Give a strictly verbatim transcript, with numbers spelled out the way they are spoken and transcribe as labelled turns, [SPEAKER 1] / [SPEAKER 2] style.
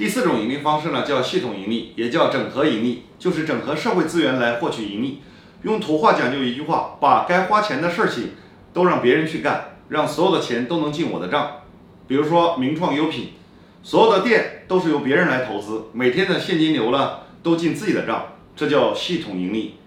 [SPEAKER 1] 第四种盈利方式呢，叫系统盈利，也叫整合盈利，就是整合社会资源来获取盈利。用土话讲究一句话，把该花钱的事情都让别人去干，让所有的钱都能进我的账。比如说名创优品，所有的店都是由别人来投资，每天的现金流呢都进自己的账，这叫系统盈利。